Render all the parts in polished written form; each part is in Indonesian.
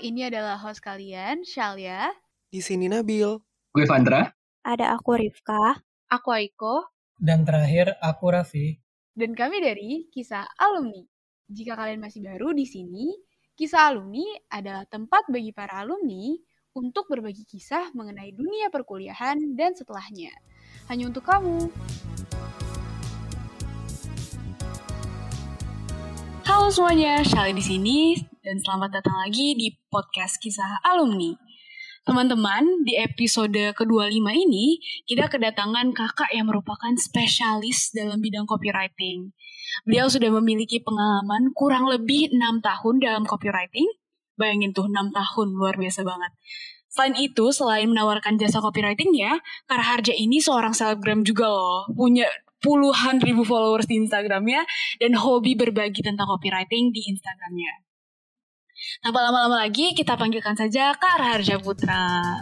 ini adalah host kalian, Shalia. Di sini Nabil. Gue Vandra. Ada aku Rifka. Aku Aiko. Dan terakhir aku Raffi. Dan kami dari Kisah Alumni. Jika kalian masih baru di sini, Kisah Alumni adalah tempat bagi para alumni untuk berbagi kisah mengenai dunia perkuliahan dan setelahnya. Hanya untuk kamu. Halo semuanya, Shalia di sini dan selamat datang lagi di podcast Kisah Alumni. Teman-teman, di episode ke-25 ini, kita kedatangan kakak yang merupakan spesialis dalam bidang copywriting. Beliau sudah memiliki pengalaman kurang lebih 6 tahun dalam copywriting. Bayangin tuh, 6 tahun, luar biasa banget. Selain itu, selain menawarkan jasa copywritingnya, Kak Raharja ini seorang selebgram juga loh. Punya puluhan ribu followers di Instagramnya dan hobi berbagi tentang copywriting di Instagramnya. Tanpa lama-lama lagi, kita panggilkan saja Kak Raharja Putra.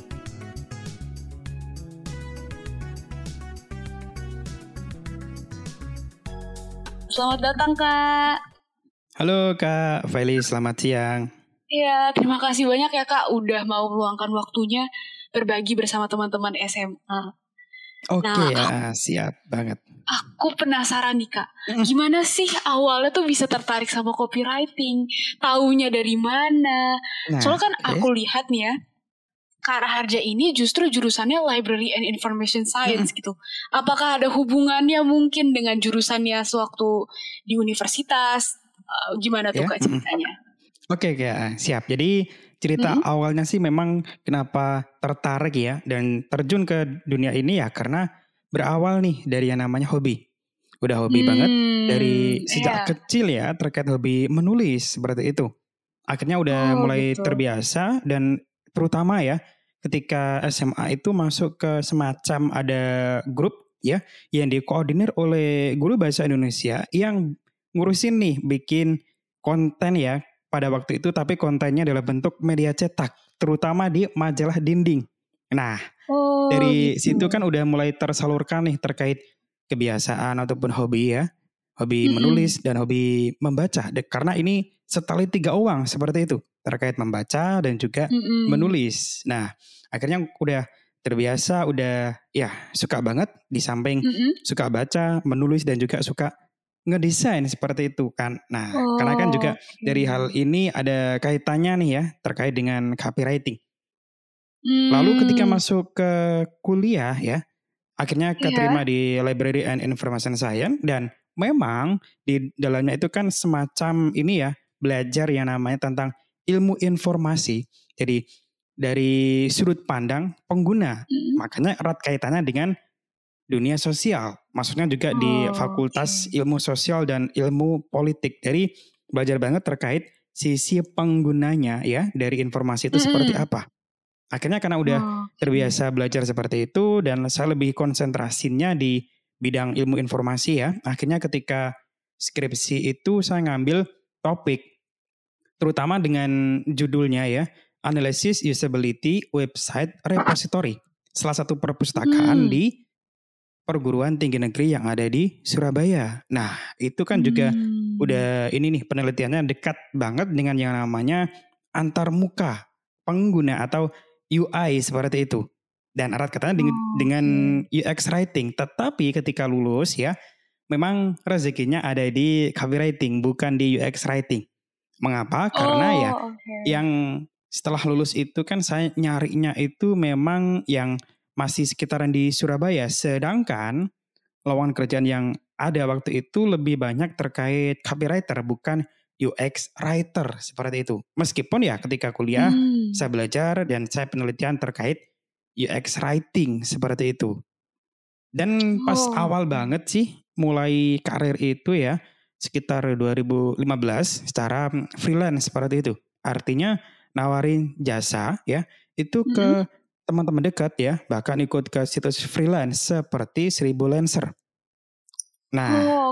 Selamat datang, Kak. Halo Kak Feli, selamat siang. Iya, terima kasih banyak ya Kak udah mau meluangkan waktunya berbagi bersama teman-teman SMA. Oke, siap banget. Aku penasaran nih Kak, gimana sih awalnya tuh bisa tertarik sama copywriting? Taunya dari mana? Soalnya kan aku lihat nih ya, Kak Raharja ini justru jurusannya Library and Information Science gitu. Apakah ada hubungannya mungkin dengan jurusannya sewaktu di universitas? Gimana tuh Kak ceritanya? Oke, siap. Jadi cerita awalnya sih memang kenapa tertarik ya dan terjun ke dunia ini ya karena berawal nih dari yang namanya hobi. Udah hobi banget dari sejak kecil ya terkait hobi menulis seperti itu. Akhirnya udah mulai terbiasa dan terutama ya ketika SMA itu masuk ke semacam ada grup ya yang dikoordinir oleh guru bahasa Indonesia yang ngurusin nih bikin konten ya pada waktu itu, tapi kontennya dalam bentuk media cetak, terutama di majalah dinding. Nah, dari situ kan udah mulai tersalurkan nih terkait kebiasaan ataupun hobi ya, hobi menulis dan hobi membaca. Karena ini setali 3 uang seperti itu, terkait membaca dan juga menulis. Nah, akhirnya udah terbiasa, udah ya suka banget di samping suka baca, menulis dan juga suka ngedesain seperti itu kan. Nah, karena kan juga dari hal ini ada kaitannya nih ya terkait dengan copywriting. Lalu ketika masuk ke kuliah ya, akhirnya keterima di Library and Information Science dan memang di dalamnya itu kan semacam ini ya, belajar yang namanya tentang ilmu informasi. Jadi dari sudut pandang pengguna. Makanya erat kaitannya dengan dunia sosial, maksudnya juga di Fakultas Ilmu Sosial dan Ilmu Politik. Jadi belajar banget terkait sisi penggunanya ya dari informasi itu seperti apa. Akhirnya karena udah terbiasa belajar seperti itu dan saya lebih konsentrasinya di bidang ilmu informasi ya. Akhirnya ketika skripsi itu saya ngambil topik terutama dengan judulnya ya, Analysis Usability Website Repository. Salah satu perpustakaan di perguruan tinggi negeri yang ada di Surabaya. Nah, itu kan juga udah ini nih penelitiannya dekat banget dengan yang namanya antarmuka pengguna atau UI seperti itu. Dan erat katanya dengan UX writing. Tetapi ketika lulus ya, memang rezekinya ada di copywriting bukan di UX writing. Mengapa? Karena ya yang setelah lulus itu kan saya nyarinya itu memang yang masih sekitaran di Surabaya, sedangkan lowongan kerjaan yang ada waktu itu lebih banyak terkait copywriter, bukan UX writer seperti itu. Meskipun ya ketika kuliah saya belajar dan saya penelitian terkait UX writing seperti itu. Dan pas awal banget sih mulai karir itu ya, sekitar 2015 secara freelance seperti itu. Artinya nawarin jasa ya, itu ke teman-teman dekat ya, bahkan ikut ke situs freelance seperti 1000 Lancer. Nah,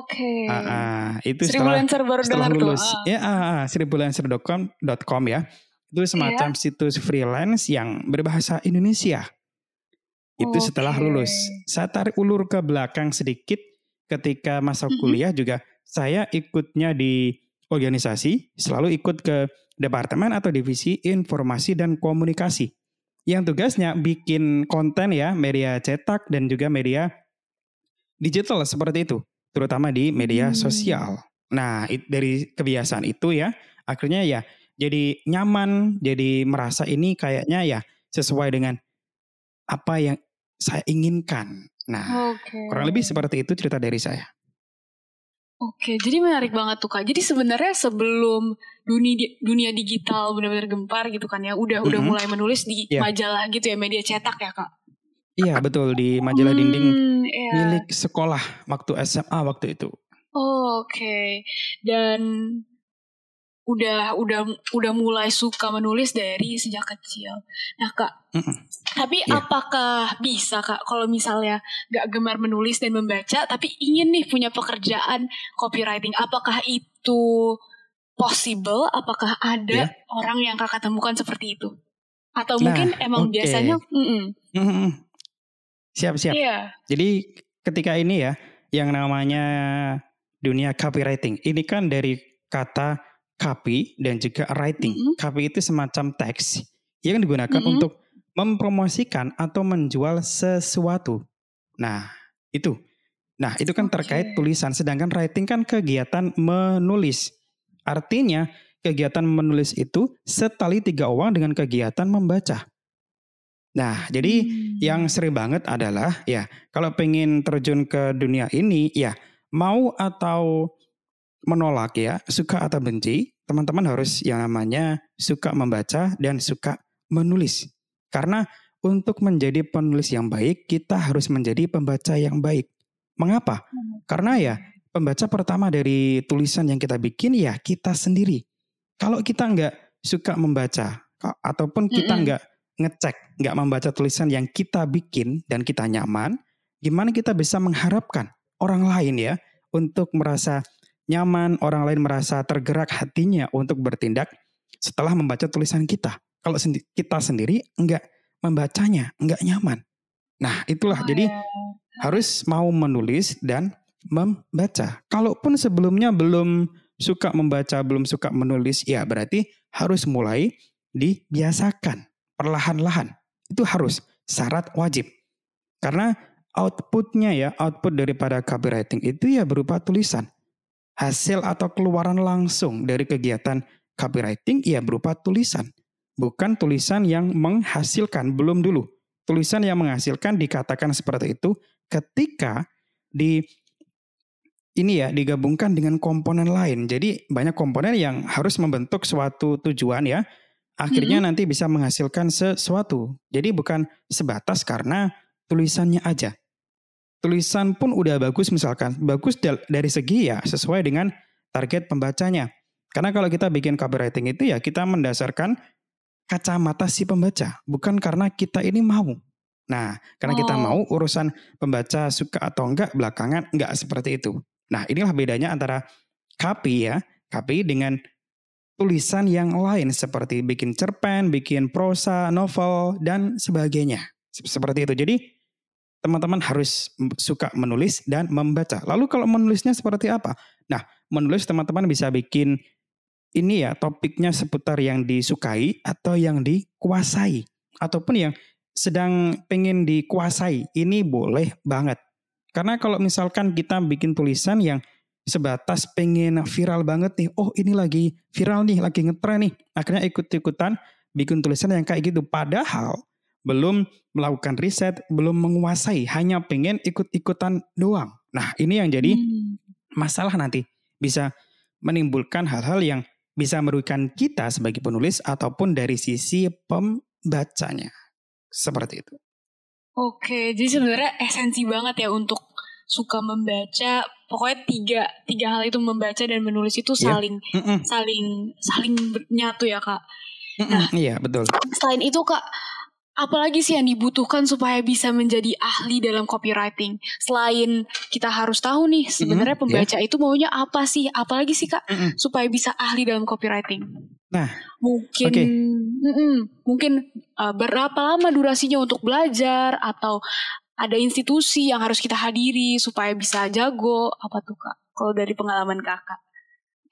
itu setelah lulus. Ya, 1000lancer.com ya. Itu semacam situs freelance yang berbahasa Indonesia. Itu setelah lulus. Saya tarik ulur ke belakang sedikit ketika masa kuliah juga saya ikutnya di organisasi, selalu ikut ke departemen atau divisi informasi dan komunikasi yang tugasnya bikin konten ya, media cetak dan juga media digital seperti itu, terutama di media sosial. Nah, dari kebiasaan itu ya, akhirnya ya jadi nyaman, jadi merasa ini kayaknya ya sesuai dengan apa yang saya inginkan. Nah, Oke. kurang lebih seperti itu cerita dari saya. Oke, jadi menarik banget tuh Kak. Jadi sebenarnya sebelum dunia digital benar-benar gempar gitu kan ya, udah mulai menulis di Iya. majalah gitu ya, media cetak ya Kak. Iya betul, di majalah dinding Iya. milik sekolah waktu SMA waktu itu. Oke. Dan udah mulai suka menulis dari sejak kecil. Nah Kak, tapi Iya. apakah bisa Kak kalau misalnya gak gemar menulis dan membaca tapi ingin nih punya pekerjaan copywriting, apakah itu possible? Apakah ada orang yang Kakak temukan seperti itu? Atau mungkin emang biasanya Siap-siap. Iya. Jadi ketika ini ya yang namanya dunia copywriting, ini kan dari kata copy dan juga writing. Copy itu semacam teks yang digunakan untuk mempromosikan atau menjual sesuatu. Nah, itu kan terkait tulisan, sedangkan writing kan kegiatan menulis. Artinya, kegiatan menulis itu setali 3 uang dengan kegiatan membaca. Nah, jadi yang sering banget adalah ya, kalau pengen terjun ke dunia ini ya, mau atau menolak ya, suka atau benci, teman-teman harus yang namanya suka membaca dan suka menulis. Karena untuk menjadi penulis yang baik, kita harus menjadi pembaca yang baik. Mengapa? Karena ya, pembaca pertama dari tulisan yang kita bikin ya kita sendiri. Kalau kita nggak suka membaca, ataupun kita nggak ngecek, nggak membaca tulisan yang kita bikin dan kita nyaman, gimana kita bisa mengharapkan orang lain ya untuk merasa nyaman, orang lain merasa tergerak hatinya untuk bertindak setelah membaca tulisan kita. Kalau kita sendiri enggak membacanya, enggak nyaman. Nah itulah, jadi harus mau menulis dan membaca. Kalaupun sebelumnya belum suka membaca, belum suka menulis, ya berarti harus mulai dibiasakan perlahan-lahan. Itu harus syarat wajib. Karena output daripada copywriting itu ya berupa tulisan. Hasil atau keluaran langsung dari kegiatan copywriting ya berupa tulisan. Bukan tulisan yang menghasilkan, belum dulu. Tulisan yang menghasilkan dikatakan seperti itu ketika digabungkan dengan komponen lain. Jadi banyak komponen yang harus membentuk suatu tujuan ya. Akhirnya nanti bisa menghasilkan sesuatu. Jadi bukan sebatas karena tulisannya aja. Tulisan pun udah bagus misalkan, bagus dari segi ya sesuai dengan target pembacanya. Karena kalau kita bikin copywriting itu ya kita mendasarkan kacamata si pembaca, bukan karena kita ini mau. Nah, karena kita mau, urusan pembaca suka atau enggak belakangan, enggak seperti itu. Nah, inilah bedanya antara copy dengan tulisan yang lain seperti bikin cerpen, bikin prosa, novel, dan sebagainya. Seperti itu. Jadi teman-teman harus suka menulis dan membaca. Lalu kalau menulisnya seperti apa? Nah, menulis teman-teman bisa bikin ini ya, topiknya seputar yang disukai atau yang dikuasai. Ataupun yang sedang pengen dikuasai. Ini boleh banget. Karena kalau misalkan kita bikin tulisan yang sebatas pengen viral banget nih. Oh ini lagi viral nih, lagi ngetren nih. Akhirnya ikut-ikutan bikin tulisan yang kayak gitu. Padahal belum melakukan riset, belum menguasai, hanya pengen ikut-ikutan doang. Nah ini yang jadi masalah nanti. Bisa menimbulkan hal-hal yang bisa merugikan kita sebagai penulis ataupun dari sisi pembacanya. Seperti itu. Oke, jadi sebenarnya esensi banget ya untuk suka membaca. Pokoknya tiga hal itu, membaca dan menulis itu saling nyatu ya Kak. Nah, iya betul. Selain itu Kak, apalagi sih yang dibutuhkan supaya bisa menjadi ahli dalam copywriting? Selain kita harus tahu nih sebenarnya pembaca itu maunya apa sih? Apalagi sih Kak supaya bisa ahli dalam copywriting? Nah, mungkin berapa lama durasinya untuk belajar, atau ada institusi yang harus kita hadiri supaya bisa jago, apa tuh Kak? Kalau dari pengalaman Kakak?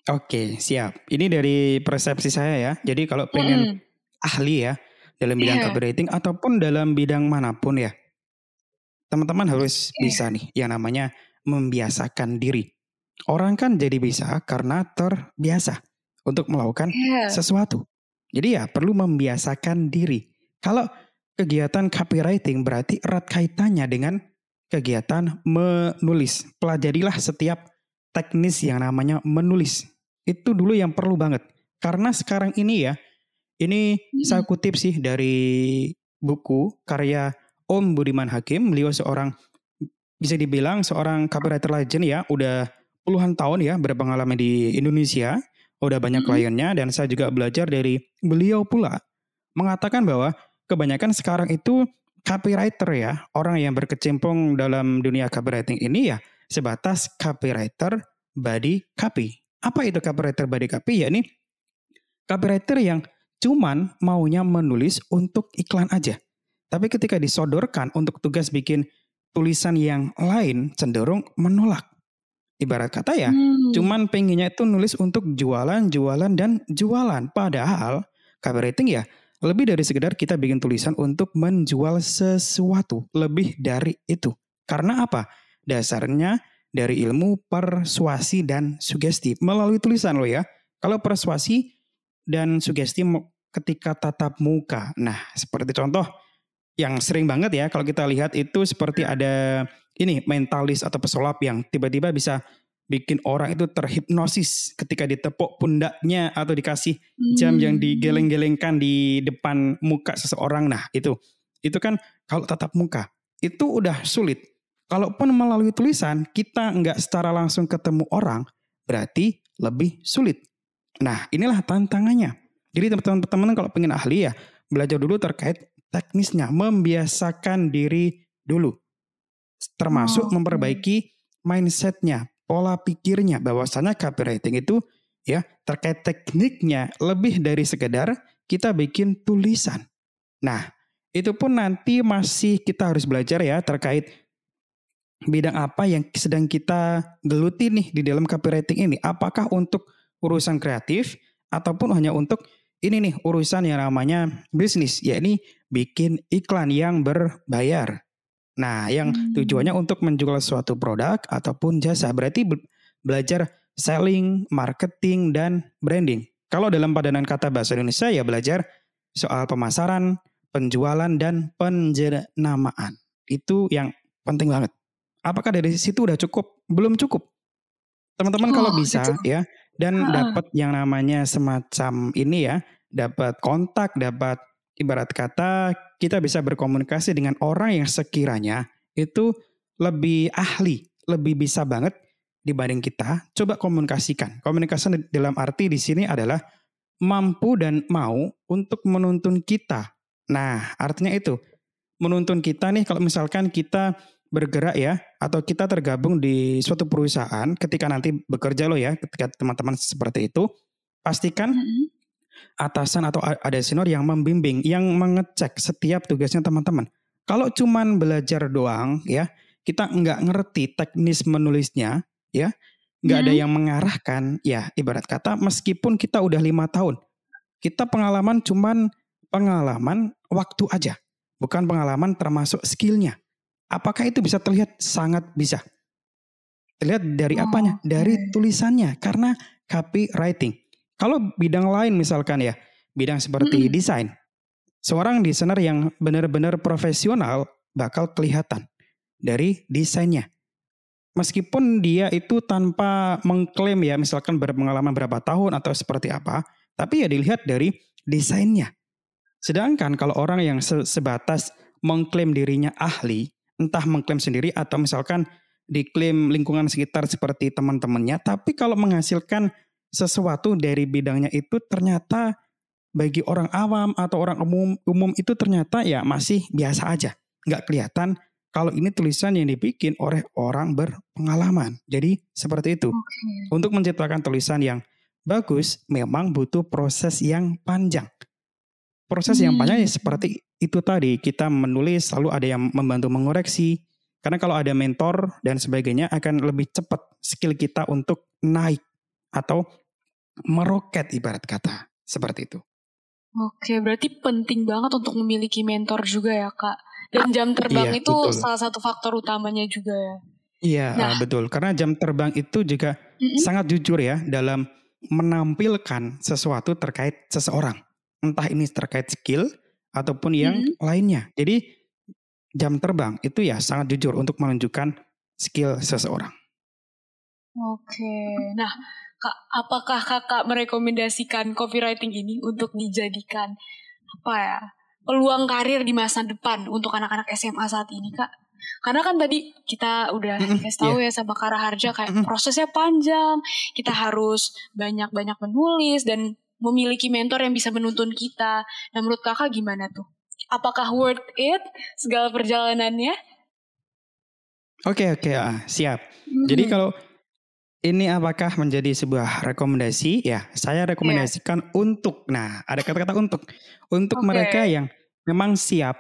Oke, siap. Ini dari persepsi saya ya. Jadi kalau pengen Mm-mm. ahli ya dalam bidang Iya, copywriting ataupun dalam bidang manapun ya, teman-teman harus iya, bisa nih yang namanya membiasakan diri. Orang kan jadi bisa karena terbiasa untuk melakukan iya. sesuatu. Jadi ya perlu membiasakan diri. Kalau kegiatan copywriting berarti erat kaitannya dengan kegiatan menulis. Pelajarilah setiap teknis yang namanya menulis. Itu dulu yang perlu banget. Karena sekarang ini ya, ini saya Mm-mm. kutip sih dari buku karya Om Budiman Hakim. Beliau seorang, bisa dibilang seorang copywriter legend ya, udah puluhan tahun ya berpengalaman di Indonesia, udah banyak Mm-mm. kliennya dan saya juga belajar dari beliau pula mengatakan bahwa kebanyakan sekarang itu copywriter ya, orang yang berkecimpung dalam dunia copywriting ini ya sebatas copywriter body copy. Apa itu copywriter body copy? Ya ini copywriter yang cuman maunya menulis untuk iklan aja. Tapi ketika disodorkan untuk tugas bikin tulisan yang lain cenderung menolak. Ibarat kata ya, Hmm. cuman pengennya itu nulis untuk jualan, jualan, dan jualan. Padahal copywriting ya lebih dari sekedar kita bikin tulisan untuk menjual sesuatu. Lebih dari itu. Karena apa? Dasarnya dari ilmu persuasi dan sugesti. Melalui tulisan lo ya. Kalau persuasi dan sugesti ketika tatap muka. Nah, seperti contoh yang sering banget ya kalau kita lihat itu seperti ada ini mentalis atau pesulap yang tiba-tiba bisa bikin orang itu terhipnosis ketika ditepuk pundaknya atau dikasih jam yang Hmm. digeleng-gelengkan di depan muka seseorang. Nah, itu kan kalau tatap muka itu udah sulit. Kalaupun melalui tulisan kita nggak secara langsung ketemu orang, berarti lebih sulit. Nah, inilah tantangannya. Jadi teman-teman kalau pengen ahli ya, belajar dulu terkait teknisnya, membiasakan diri dulu. Termasuk Oke. memperbaiki mindsetnya, pola pikirnya, bahwasanya copywriting itu ya terkait tekniknya lebih dari sekedar kita bikin tulisan. Nah, itu pun nanti masih kita harus belajar ya terkait bidang apa yang sedang kita geluti nih di dalam copywriting ini. Apakah untuk urusan kreatif ataupun hanya untuk ini nih urusan yang namanya bisnis, yakni bikin iklan yang berbayar. Nah, yang Hmm. tujuannya untuk menjual suatu produk ataupun jasa. Berarti belajar selling, marketing, dan branding. Kalau dalam padanan kata bahasa Indonesia ya belajar soal pemasaran, penjualan, dan penjenamaan. Itu yang penting banget. Apakah dari situ udah cukup? Belum cukup. Teman-teman kalau Oh, itu. bisa ya dan Heeh. dapat yang namanya semacam ini ya, dapat kontak, dapat ibarat kata kita bisa berkomunikasi dengan orang yang sekiranya itu lebih ahli, lebih bisa banget dibanding kita, coba komunikasikan. Komunikasi dalam arti di sini adalah mampu dan mau untuk menuntun kita. Nah, artinya itu menuntun kita nih kalau misalkan kita bergerak ya atau kita tergabung di suatu perusahaan ketika nanti bekerja lo ya ketika teman-teman seperti itu pastikan Mm-mm. atasan atau ada senior yang membimbing yang mengecek setiap tugasnya teman-teman. Kalau cuman belajar doang ya kita nggak ngerti teknis menulisnya ya nggak ada Mm-mm. yang mengarahkan ya ibarat kata meskipun kita udah 5 tahun kita pengalaman cuman pengalaman waktu aja, bukan pengalaman termasuk skillnya. Apakah itu bisa terlihat? Sangat bisa. Terlihat dari apanya? Oke. Dari tulisannya, karena copywriting. Kalau bidang lain misalkan ya, bidang seperti Mm-mm. desain, seorang desainer yang benar-benar profesional bakal kelihatan dari desainnya. Meskipun dia itu tanpa mengklaim ya, misalkan berpengalaman berapa tahun atau seperti apa, tapi ya dilihat dari desainnya. Sedangkan kalau orang yang sebatas mengklaim dirinya ahli, entah mengklaim sendiri atau misalkan diklaim lingkungan sekitar seperti teman-temannya, tapi kalau menghasilkan sesuatu dari bidangnya itu ternyata bagi orang awam atau orang umum itu ternyata ya masih biasa aja. Nggak kelihatan kalau ini tulisan yang dibikin oleh orang berpengalaman. Jadi seperti itu. Oke. Untuk menciptakan tulisan yang bagus memang butuh proses yang panjang. Proses yang panjang ya Hmm. seperti itu tadi, kita menulis lalu ada yang membantu mengoreksi. Karena kalau ada mentor dan sebagainya akan lebih cepat skill kita untuk naik atau meroket ibarat kata. Seperti itu. Oke, berarti penting banget untuk memiliki mentor juga ya Kak. Dan jam terbang Iya, itu betul. salah satu faktor utamanya juga ya. Iya, Nah, betul. Karena jam terbang itu juga sangat jujur ya dalam menampilkan sesuatu terkait seseorang. Entah ini terkait skill ataupun yang lainnya. Jadi jam terbang itu ya sangat jujur untuk menunjukkan skill seseorang. Oke. Nah, Kak, apakah Kakak merekomendasikan copywriting ini untuk dijadikan peluang karir di masa depan untuk anak-anak SMA saat ini, Kak? Karena kan tadi kita udah dikasih tahu ya sama Kak Raharja kayak prosesnya panjang, kita harus banyak-banyak menulis dan memiliki mentor yang bisa menuntun kita. Nah, menurut Kakak gimana tuh? Apakah worth it segala perjalanannya? Oke, siap. Jadi kalau ini apakah menjadi sebuah rekomendasi? Ya, saya rekomendasikan untuk. Nah, ada kata-kata untuk mereka yang memang siap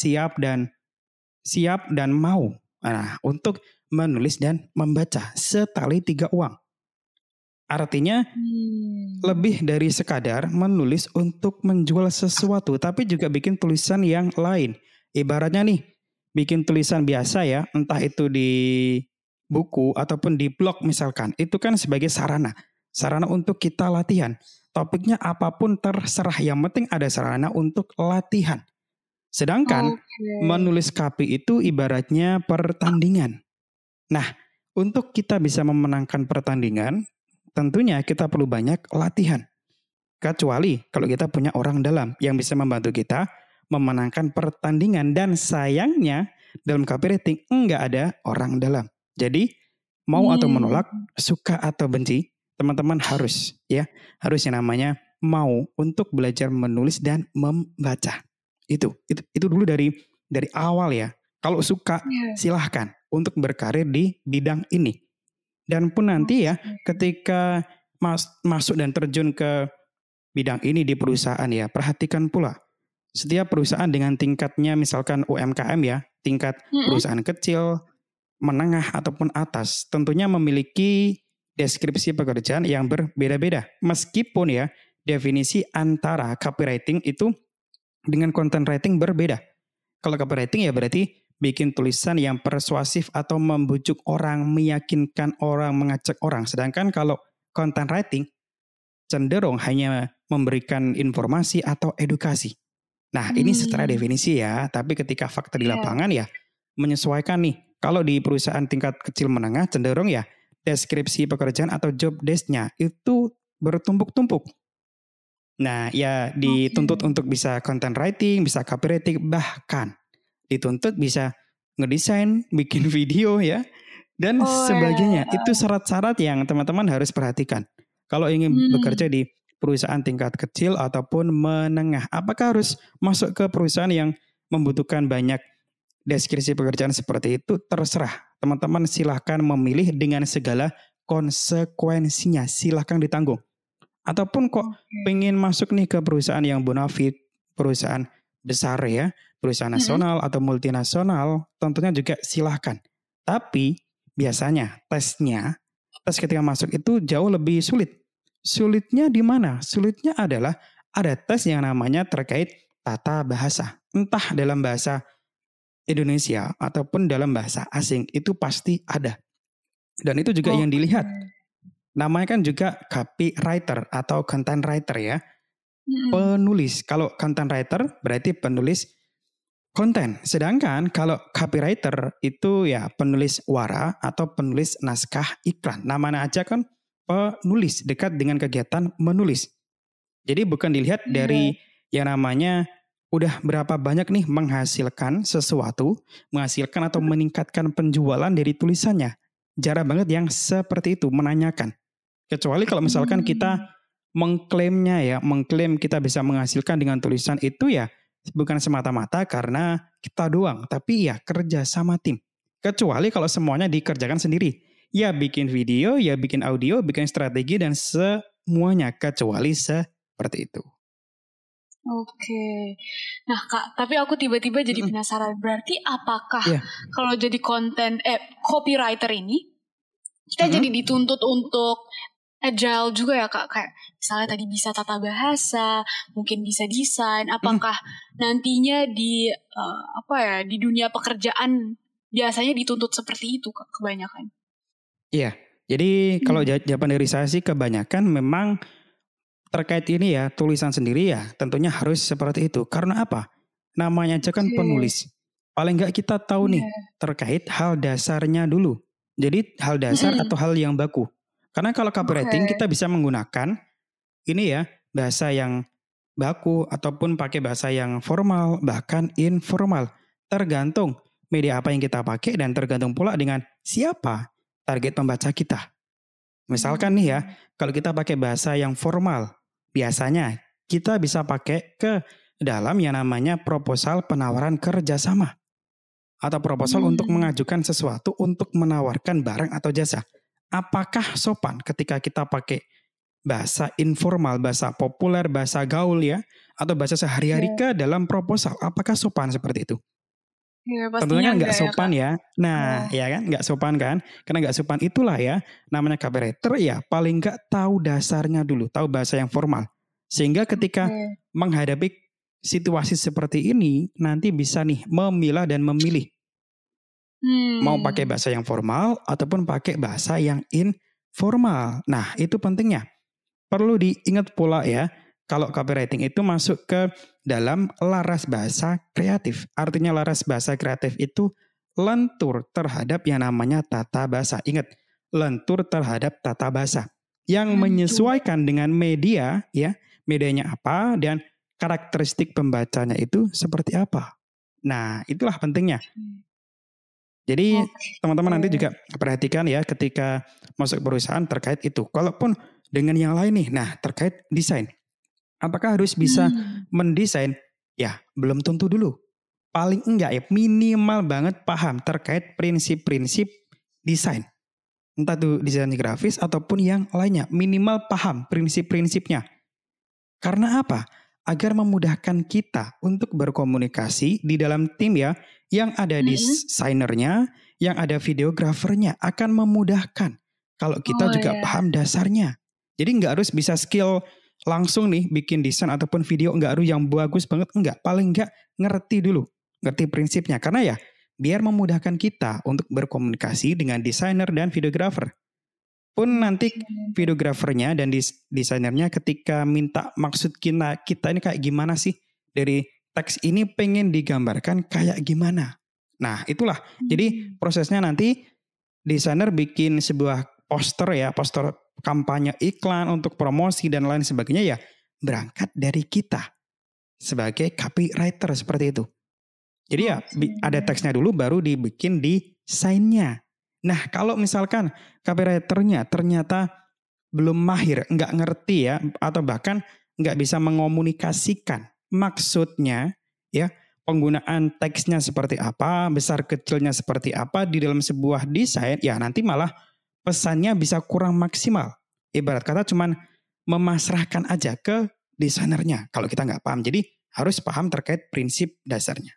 dan mau. Nah, untuk menulis dan membaca setali 3 uang. Artinya lebih dari sekadar menulis untuk menjual sesuatu, tapi juga bikin tulisan yang lain. Ibaratnya nih, bikin tulisan biasa ya, entah itu di buku ataupun di blog misalkan, itu kan sebagai sarana untuk kita latihan. Topiknya apapun terserah, yang penting ada sarana untuk latihan. Sedangkan menulis KP itu ibaratnya pertandingan. Nah, untuk kita bisa memenangkan pertandingan, tentunya kita perlu banyak latihan. Kecuali kalau kita punya orang dalam yang bisa membantu kita memenangkan pertandingan. Dan sayangnya dalam copywriting enggak ada orang dalam. Jadi mau atau menolak, suka atau benci, teman-teman harus yang namanya mau untuk belajar menulis dan membaca. Itu dulu dari awal ya. Kalau suka silahkan untuk berkarir di bidang ini. Dan pun nanti ya ketika masuk dan terjun ke bidang ini di perusahaan ya, perhatikan pula setiap perusahaan dengan tingkatnya, misalkan UMKM ya, tingkat perusahaan kecil, menengah ataupun atas, tentunya memiliki deskripsi pekerjaan yang berbeda-beda. Meskipun ya definisi antara copywriting itu dengan content writing berbeda. Kalau copywriting ya berarti bikin tulisan yang persuasif atau membujuk orang, meyakinkan orang, mengajak orang. Sedangkan kalau content writing cenderung hanya memberikan informasi atau edukasi. Nah, ini secara definisi ya, tapi ketika fakta di lapangan ya menyesuaikan nih. Kalau di perusahaan tingkat kecil menengah cenderung ya deskripsi pekerjaan atau job desk-nya itu bertumpuk-tumpuk. Nah, ya dituntut untuk bisa content writing, bisa copywriting, bahkan dituntut bisa ngedesain, bikin video ya, dan sebagainya. Itu syarat-syarat yang teman-teman harus perhatikan. Kalau ingin bekerja di perusahaan tingkat kecil ataupun menengah, apakah harus masuk ke perusahaan yang membutuhkan banyak deskripsi pekerjaan seperti itu? Terserah. Teman-teman silahkan memilih dengan segala konsekuensinya. Silahkan ditanggung. Ataupun kok pengen masuk nih ke perusahaan yang bonafit, perusahaan besar ya, perusahaan nasional atau multinasional, tentunya juga silahkan. Tapi biasanya tes ketika masuk itu jauh lebih sulit. Sulitnya di mana? Sulitnya adalah ada tes yang namanya terkait tata bahasa. Entah dalam bahasa Indonesia ataupun dalam bahasa asing, itu pasti ada. Dan itu juga yang dilihat. Namanya kan juga copywriter atau content writer ya. Penulis. Kalau content writer berarti penulis konten. Sedangkan kalau copywriter itu ya penulis wara atau penulis naskah iklan. Namanya aja kan penulis, dekat dengan kegiatan menulis. Jadi bukan dilihat dari yang namanya udah berapa banyak nih menghasilkan sesuatu, menghasilkan atau meningkatkan penjualan dari tulisannya. Jarang banget yang seperti itu menanyakan. Kecuali kalau misalkan kita mengklaim kita bisa menghasilkan dengan tulisan itu ya bukan semata-mata karena kita doang, tapi ya kerja sama tim. Kecuali kalau semuanya dikerjakan sendiri. Ya bikin video, ya bikin audio, bikin strategi dan semuanya, kecuali seperti itu. Oke. Nah Kak, tapi aku tiba-tiba jadi penasaran. Berarti apakah kalau jadi copywriter ini kita jadi dituntut untuk agile juga ya Kak, kayak misalnya tadi bisa tata bahasa, mungkin bisa desain. Apakah nantinya di di dunia pekerjaan biasanya dituntut seperti itu Kak, kebanyakan? Iya, jadi kalau jawaban dari saya sih kebanyakan memang terkait ini ya, tulisan sendiri ya tentunya harus seperti itu. Karena apa? Namanya aja kan penulis. Paling nggak kita tahu nih terkait hal dasarnya dulu. Jadi hal dasar atau hal yang baku. Karena kalau copywriting kita bisa menggunakan ini ya, bahasa yang baku ataupun pakai bahasa yang formal, bahkan informal. Tergantung media apa yang kita pakai dan tergantung pula dengan siapa target pembaca kita. Misalkan nih ya, kalau kita pakai bahasa yang formal, biasanya kita bisa pakai ke dalam yang namanya proposal penawaran kerjasama. Atau proposal untuk mengajukan sesuatu untuk menawarkan barang atau jasa. Apakah sopan ketika kita pakai bahasa informal, bahasa populer, bahasa gaul ya, atau bahasa sehari-hari ke dalam proposal? Apakah sopan seperti itu? Ya, Tentunya pastinya kan nggak enggak ya sopan Kak. ya. Nah, ya kan nggak sopan kan? Karena nggak sopan itulah ya namanya copywriter ya paling nggak tahu dasarnya dulu, tahu bahasa yang formal. Sehingga ketika menghadapi situasi seperti ini nanti bisa nih memilah dan memilih mau pakai bahasa yang formal ataupun pakai bahasa yang informal. Nah, itu pentingnya. Perlu diingat pula ya, kalau copywriting itu masuk ke dalam laras bahasa kreatif. Artinya laras bahasa kreatif itu lentur terhadap yang namanya tata bahasa. Ingat, lentur terhadap tata bahasa. Yang menyesuaikan dengan media, ya, medianya apa, dan karakteristik pembacanya itu seperti apa. Nah, itulah pentingnya. Jadi teman-teman nanti juga perhatikan ya ketika masuk perusahaan terkait itu. Kalaupun dengan yang lain nih, nah terkait desain. Apakah harus bisa mendesain? Ya, belum tentu dulu. Paling enggak ya, minimal banget paham terkait prinsip-prinsip desain. Entah itu desain grafis ataupun yang lainnya. Minimal paham prinsip-prinsipnya. Karena apa? Agar memudahkan kita untuk berkomunikasi di dalam tim ya, yang ada desainernya, yang ada videografernya, akan memudahkan kalau kita juga paham dasarnya. Jadi nggak harus bisa skill langsung nih bikin desain ataupun video, nggak harus yang bagus banget, enggak. Paling nggak ngerti dulu, ngerti prinsipnya. Karena ya biar memudahkan kita untuk berkomunikasi dengan desainer dan videografer. Pun nanti videografernya dan desainernya ketika minta maksud kita ini kayak gimana sih dari teks ini pengen digambarkan kayak gimana. Nah itulah jadi prosesnya nanti desainer bikin sebuah poster ya, poster kampanye iklan untuk promosi dan lain sebagainya ya berangkat dari kita sebagai copywriter seperti itu. Jadi ya ada teksnya dulu baru dibikin desainnya. Nah kalau misalkan copywriternya ternyata belum mahir, nggak ngerti ya, atau bahkan nggak bisa mengomunikasikan maksudnya ya, penggunaan teksnya seperti apa, besar kecilnya seperti apa di dalam sebuah desain, ya nanti malah pesannya bisa kurang maksimal. Ibarat kata cuman memasrahkan aja ke desainernya kalau kita nggak paham. Jadi harus paham terkait prinsip dasarnya.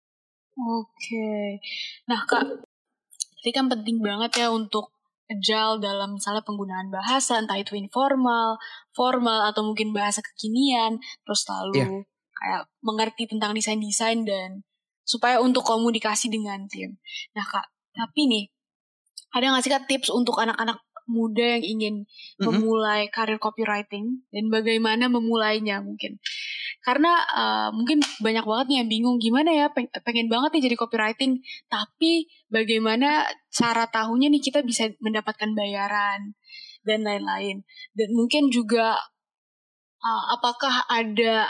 Nah Kak, ini kan penting banget ya untuk agile dalam misalnya penggunaan bahasa, entah itu informal, formal, atau mungkin bahasa kekinian, terus lalu kayak mengerti tentang desain-desain dan supaya untuk komunikasi dengan tim. Nah Kak, tapi nih, ada nggak sih Kak tips untuk anak-anak muda yang ingin memulai karir copywriting dan bagaimana memulainya mungkin? Karena mungkin banyak banget nih yang bingung gimana ya pengen banget nih jadi copywriting, tapi bagaimana cara tahunya nih kita bisa mendapatkan bayaran dan lain-lain. Dan mungkin juga apakah ada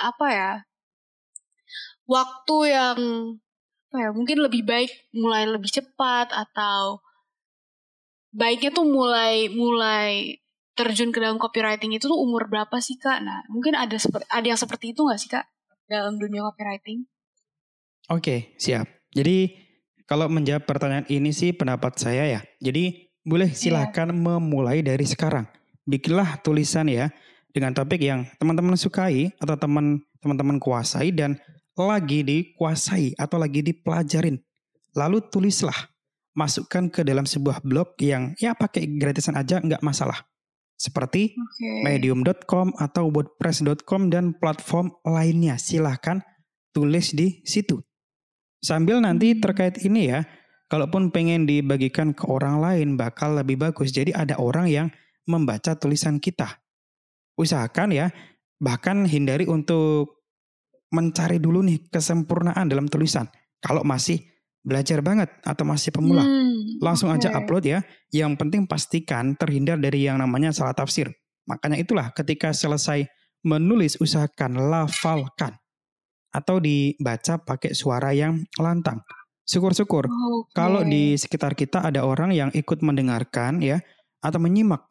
waktu yang mungkin lebih baik mulai lebih cepat atau baiknya tuh mulai terjun ke dalam copywriting itu tuh umur berapa sih Kak? Nah mungkin ada yang seperti itu nggak sih Kak dalam dunia copywriting? Oke, siap. Jadi kalau menjawab pertanyaan ini sih pendapat saya ya. Jadi boleh silakan memulai dari sekarang. Bikinlah tulisan ya dengan topik yang teman-teman sukai atau teman-teman kuasai dan lagi dikuasai atau lagi dipelajarin. Lalu tulislah, masukkan ke dalam sebuah blog yang ya pakai gratisan aja nggak masalah. seperti Oke. medium.com atau wordpress.com dan platform lainnya. Silahkan tulis di situ. Sambil nanti terkait ini ya, kalaupun pengen dibagikan ke orang lain bakal lebih bagus. Jadi ada orang yang membaca tulisan kita. Usahakan ya, bahkan hindari untuk mencari dulu nih kesempurnaan dalam tulisan. Kalau masih belajar banget atau masih pemula, langsung aja upload ya. Yang penting pastikan terhindar dari yang namanya salah tafsir. Makanya itulah ketika selesai menulis usahakan lafalkan atau dibaca pakai suara yang lantang. Syukur-syukur kalau di sekitar kita ada orang yang ikut mendengarkan ya atau menyimak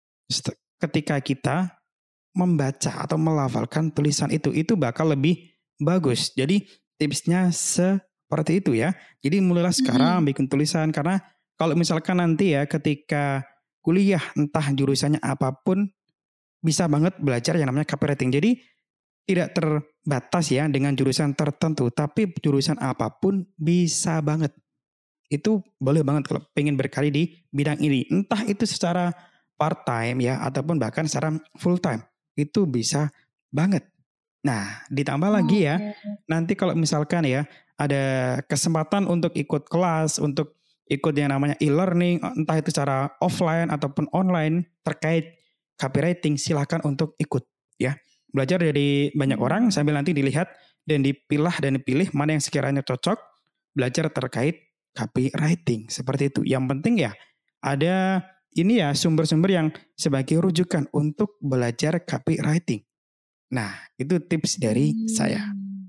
ketika kita membaca atau melafalkan tulisan itu bakal lebih bagus. Jadi tipsnya seperti itu ya. Jadi mulailah sekarang bikin tulisan, karena kalau misalkan nanti ya ketika kuliah entah jurusannya apapun bisa banget belajar yang namanya copywriting. Jadi tidak terbatas ya dengan jurusan tertentu, tapi jurusan apapun bisa banget. Itu boleh banget kalau pengen berkarya di bidang ini. Entah itu secara part time ya ataupun bahkan secara full time. Itu bisa banget. Nah, ditambah lagi ya, nanti kalau misalkan ya ada kesempatan untuk ikut kelas, untuk ikut yang namanya e-learning, entah itu secara offline ataupun online terkait copywriting, silahkan untuk ikut ya. Belajar dari banyak orang sambil nanti dilihat dan dipilah dan dipilih mana yang sekiranya cocok belajar terkait copywriting. Seperti itu. Yang penting ya ada ini ya sumber-sumber yang sebagai rujukan untuk belajar copywriting. Nah, itu tips dari saya.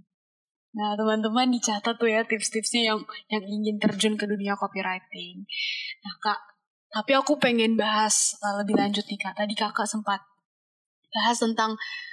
Nah, teman-teman dicatat tuh ya tips-tipsnya yang ingin terjun ke dunia copywriting. Nah, Kak, tapi aku pengen bahas lebih lanjut nih, Kak. Tadi Kakak sempat bahas tentang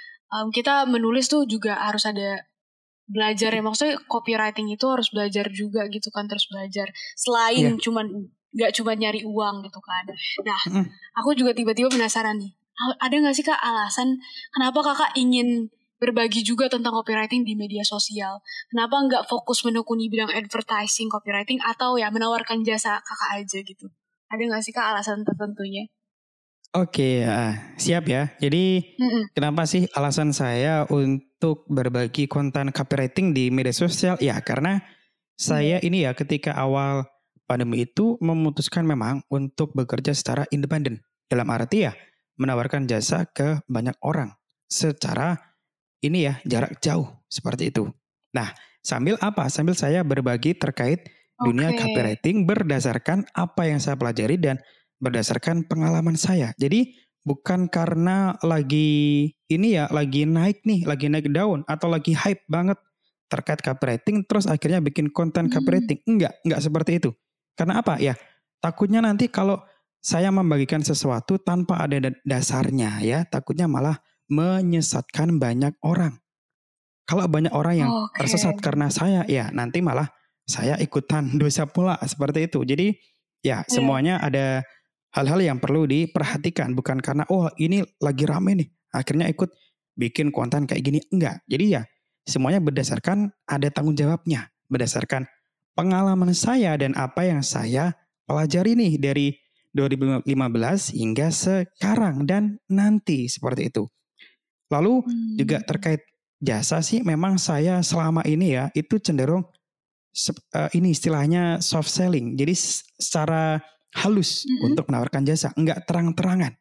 kita menulis tuh juga harus ada belajar ya. Maksudnya copywriting itu harus belajar juga gitu kan, terus belajar. Selain gak cuma nyari uang gitu kan. Nah, aku juga tiba-tiba penasaran nih. Ada gak sih Kak alasan kenapa Kakak ingin berbagi juga tentang copywriting di media sosial? Kenapa nggak fokus menekuni bidang advertising copywriting atau ya menawarkan jasa Kakak aja gitu? Ada nggak sih Kak alasan tertentunya? Oke, siap ya. Jadi kenapa sih alasan saya untuk berbagi konten copywriting di media sosial? Ya karena saya ini ya ketika awal pandemi itu memutuskan memang untuk bekerja secara independen. Dalam arti ya menawarkan jasa ke banyak orang secara ini ya jarak jauh seperti itu. Nah, sambil apa? Sambil saya berbagi terkait dunia copywriting berdasarkan apa yang saya pelajari dan berdasarkan pengalaman saya. Jadi bukan karena lagi ini ya lagi naik daun atau lagi hype banget terkait copywriting terus akhirnya bikin konten copywriting. Enggak seperti itu. Karena apa? Ya, takutnya nanti kalau saya membagikan sesuatu tanpa ada dasarnya ya, takutnya malah menyesatkan banyak orang. Kalau banyak orang yang tersesat karena saya, ya nanti malah saya ikutan dosa pula seperti itu. Jadi ya semuanya ada hal-hal yang perlu diperhatikan. Bukan karena ini lagi rame nih, akhirnya ikut bikin konten kayak gini. Enggak. Jadi ya semuanya berdasarkan ada tanggung jawabnya. Berdasarkan pengalaman saya dan apa yang saya pelajari nih dari 2015 hingga sekarang dan nanti seperti itu. Lalu juga terkait jasa sih memang saya selama ini ya itu cenderung ini istilahnya soft selling. Jadi secara halus untuk menawarkan jasa, enggak terang-terangan.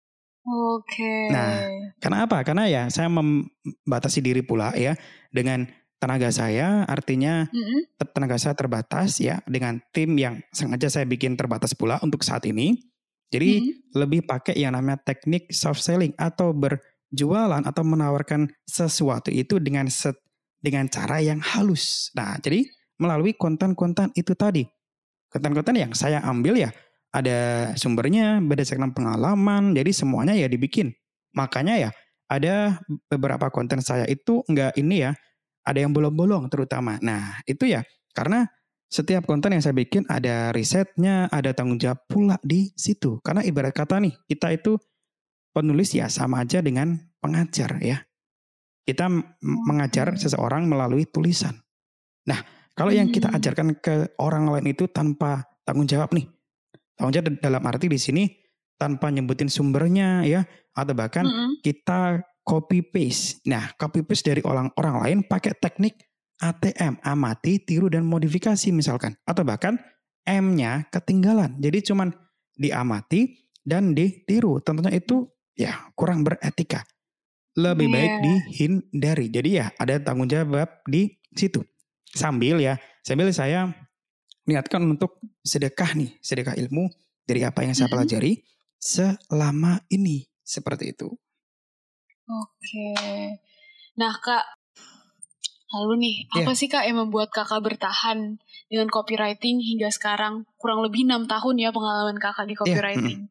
Nah, karena apa? Karena ya saya membatasi diri pula ya dengan tenaga saya, artinya tenaga saya terbatas ya dengan tim yang sengaja saya bikin terbatas pula untuk saat ini. Jadi lebih pakai yang namanya teknik soft selling atau berjualan atau menawarkan sesuatu itu dengan cara yang halus. Nah, jadi melalui konten-konten itu tadi. Konten-konten yang saya ambil ya ada sumbernya berdasarkan pengalaman, jadi semuanya ya dibikin. Makanya ya ada beberapa konten saya itu enggak ini ya, ada yang bolong-bolong terutama. Nah, itu ya karena setiap konten yang saya bikin ada risetnya, ada tanggung jawab pula di situ. Karena ibarat kata nih, kita itu penulis ya sama aja dengan pengajar ya. Kita mengajar seseorang melalui tulisan. Nah, kalau yang kita ajarkan ke orang lain itu tanpa tanggung jawab nih. Tanggung jawab dalam arti di sini tanpa nyebutin sumbernya ya, atau bahkan Mm-mm. kita copy paste. Nah, copy paste dari orang lain pakai teknik ATM, amati, tiru dan modifikasi misalkan, atau bahkan M-nya ketinggalan. Jadi cuman diamati dan ditiru. Tentunya itu ya kurang beretika. Lebih baik Iya. dihindari. Jadi ya ada tanggung jawab di situ. Sambil saya niatkan untuk sedekah nih, sedekah ilmu dari apa yang saya Mm-mm. pelajari selama ini. Seperti itu. Oke. Nah Kak, lalu nih, Iya. apa sih Kak yang membuat Kakak bertahan dengan copywriting hingga sekarang? Kurang lebih 6 tahun ya pengalaman Kakak di copywriting.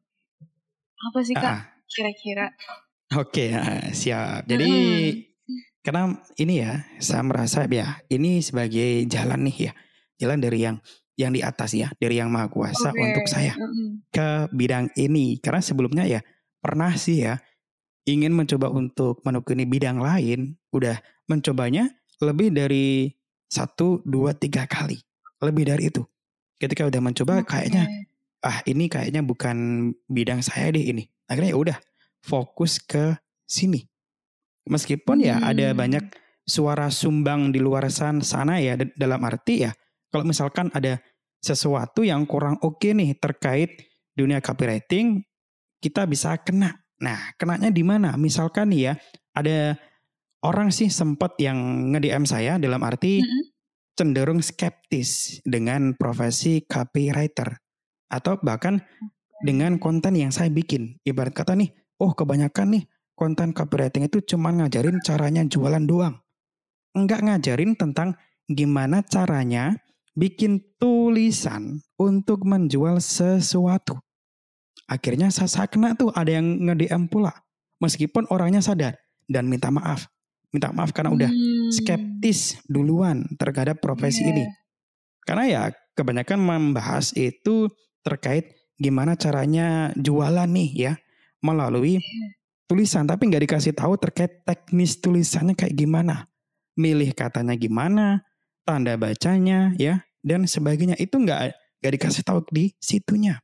Apa sih Kak kira-kira? Oke, siap. Jadi karena ini ya, saya merasa ya ini sebagai jalan nih ya, jalan dari yang di atas ya, dari yang maha kuasa Oke. untuk saya ke bidang ini. Karena sebelumnya ya pernah sih ya ingin mencoba untuk menekuni bidang lain, udah mencobanya lebih dari 1, 2, 3 kali, lebih dari itu. Ketika udah mencoba kayaknya ini kayaknya bukan bidang saya deh ini. Akhirnya ya udah fokus ke sini. Meskipun ya ada banyak suara sumbang di luar sana ya, dalam arti ya kalau misalkan ada sesuatu yang kurang oke nih terkait dunia copywriting, kita bisa kena. Nah, kenanya di mana? Misalkan nih ya, ada orang sih sempat yang nge-DM saya dalam arti cenderung skeptis dengan profesi copywriter atau bahkan dengan konten yang saya bikin. Ibarat kata nih, kebanyakan nih konten copywriting itu cuma ngajarin caranya jualan doang. Enggak ngajarin tentang gimana caranya bikin tulisan untuk menjual sesuatu. Akhirnya saya kena tuh, ada yang nge-DM pula. Meskipun orangnya sadar dan minta maaf. Minta maaf karena udah skeptis duluan terhadap profesi ini. Karena ya kebanyakan membahas itu terkait gimana caranya jualan nih ya melalui tulisan, tapi nggak dikasih tahu terkait teknis tulisannya kayak gimana, milih katanya gimana, tanda bacanya ya dan sebagainya, itu nggak dikasih tahu di situnya.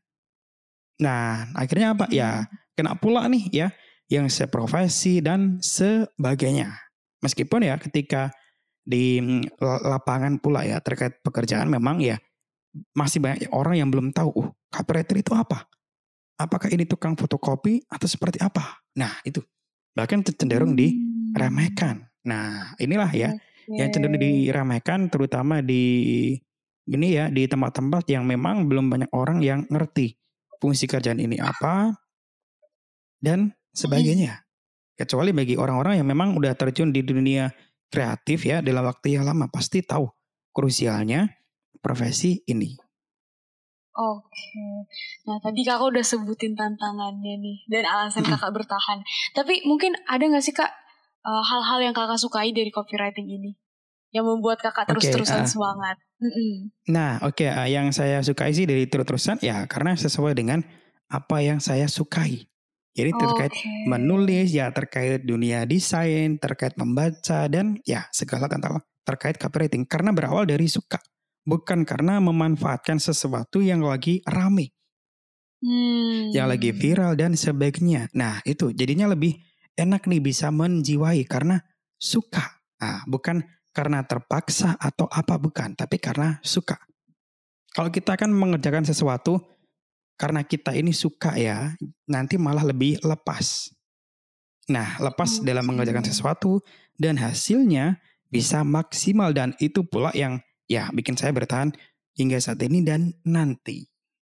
Nah akhirnya apa ya, kena pula nih ya yang seprofesi dan sebagainya. Meskipun ya ketika di lapangan pula ya terkait pekerjaan memang ya masih banyak orang yang belum tahu copywriter itu apa. Apakah ini tukang fotokopi atau seperti apa? Nah itu bahkan cenderung diremehkan. Nah inilah ya yang cenderung diremehkan, terutama di tempat-tempat yang memang belum banyak orang yang ngerti fungsi kerjaan ini apa dan sebagainya. Kecuali bagi orang-orang yang memang udah terjun di dunia kreatif ya dalam waktu yang lama, pasti tahu krusialnya profesi ini. Oke. Nah tadi kakak udah sebutin tantangannya nih dan alasan kakak bertahan. Tapi mungkin ada gak sih Kak hal-hal yang kakak sukai dari copywriting ini yang membuat kakak terus-terusan semangat? Nah yang saya sukai sih dari terus-terusan ya karena sesuai dengan apa yang saya sukai. Jadi terkait menulis ya, terkait dunia desain, terkait membaca dan ya segala tentang terkait copywriting. Karena berawal dari suka. Bukan karena memanfaatkan sesuatu yang lagi rame. Yang lagi viral dan sebagainya. Nah itu jadinya lebih enak nih bisa menjiwai karena suka. Nah, bukan karena terpaksa atau apa, bukan. Tapi karena suka. Kalau kita kan mengerjakan sesuatu karena kita ini suka ya, nanti malah lebih lepas. Nah lepas dalam mengerjakan sesuatu dan hasilnya bisa maksimal, dan itu pula yang ya bikin saya bertahan hingga saat ini dan nanti.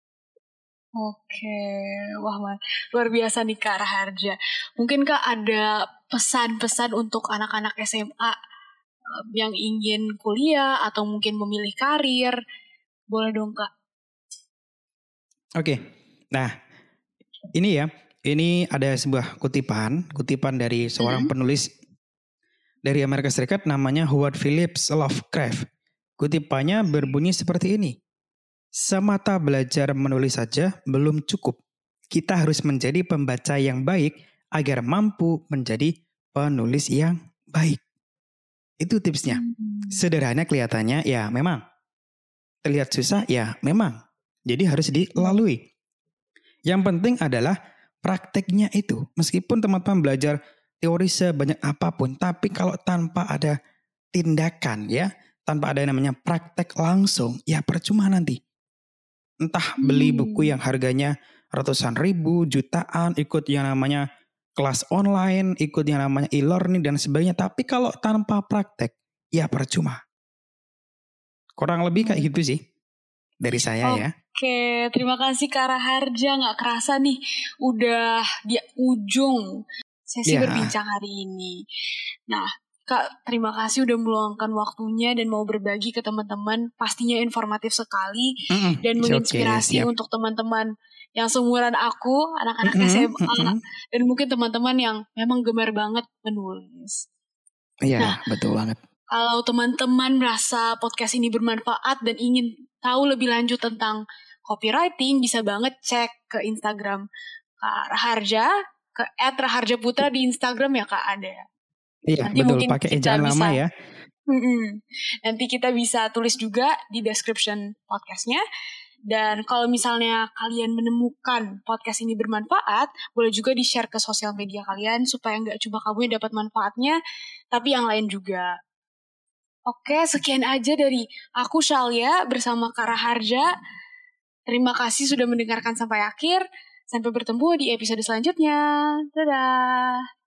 Oke, wah luar biasa nih Kak Raharja. Mungkin Kak ada pesan-pesan untuk anak-anak SMA yang ingin kuliah atau mungkin memilih karir, boleh dong Kak. Oke, nah ini ada sebuah kutipan dari seorang penulis dari Amerika Serikat namanya Howard Phillips Lovecraft. Kutipannya berbunyi seperti ini. Semata belajar menulis saja belum cukup. Kita harus menjadi pembaca yang baik agar mampu menjadi penulis yang baik. Itu tipsnya. Sederhana kelihatannya, ya memang. Terlihat susah, ya memang. Jadi harus dilalui. Yang penting adalah prakteknya itu. Meskipun teman-teman belajar teori sebanyak apapun, tapi kalau tanpa ada tindakan ya, tanpa ada yang namanya praktek langsung, ya percuma nanti. Entah beli buku yang harganya ratusan ribu, jutaan, ikut yang namanya kelas online, ikut yang namanya e-learning dan sebagainya. Tapi kalau tanpa praktek, ya percuma. Kurang lebih kayak gitu sih dari saya ya. Oke, terima kasih Kak Raharja. Nggak kerasa nih, udah di ujung sesi berbincang hari ini. Nah, Kak, terima kasih udah meluangkan waktunya dan mau berbagi ke teman-teman. Pastinya informatif sekali dan menginspirasi untuk teman-teman yang seumuran aku, anak-anak SMA, dan mungkin teman-teman yang memang gemar banget menulis. Iya, betul banget. Kalau teman-teman merasa podcast ini bermanfaat dan ingin tahu lebih lanjut tentang copywriting, bisa banget cek ke Instagram Kak Raharja, ke @raharjaputra di Instagram ya Kak, ada. Iya, Nanti betul, mungkin pakai kita ejaan lama ya. Nanti kita bisa tulis juga di description podcastnya. Dan kalau misalnya kalian menemukan podcast ini bermanfaat, boleh juga di-share ke sosial media kalian supaya nggak cuma kamu yang dapat manfaatnya, tapi yang lain juga. Oke, sekian aja dari aku Shalia bersama Kak Raharja. Terima kasih sudah mendengarkan sampai akhir. Sampai bertemu di episode selanjutnya. Dadah.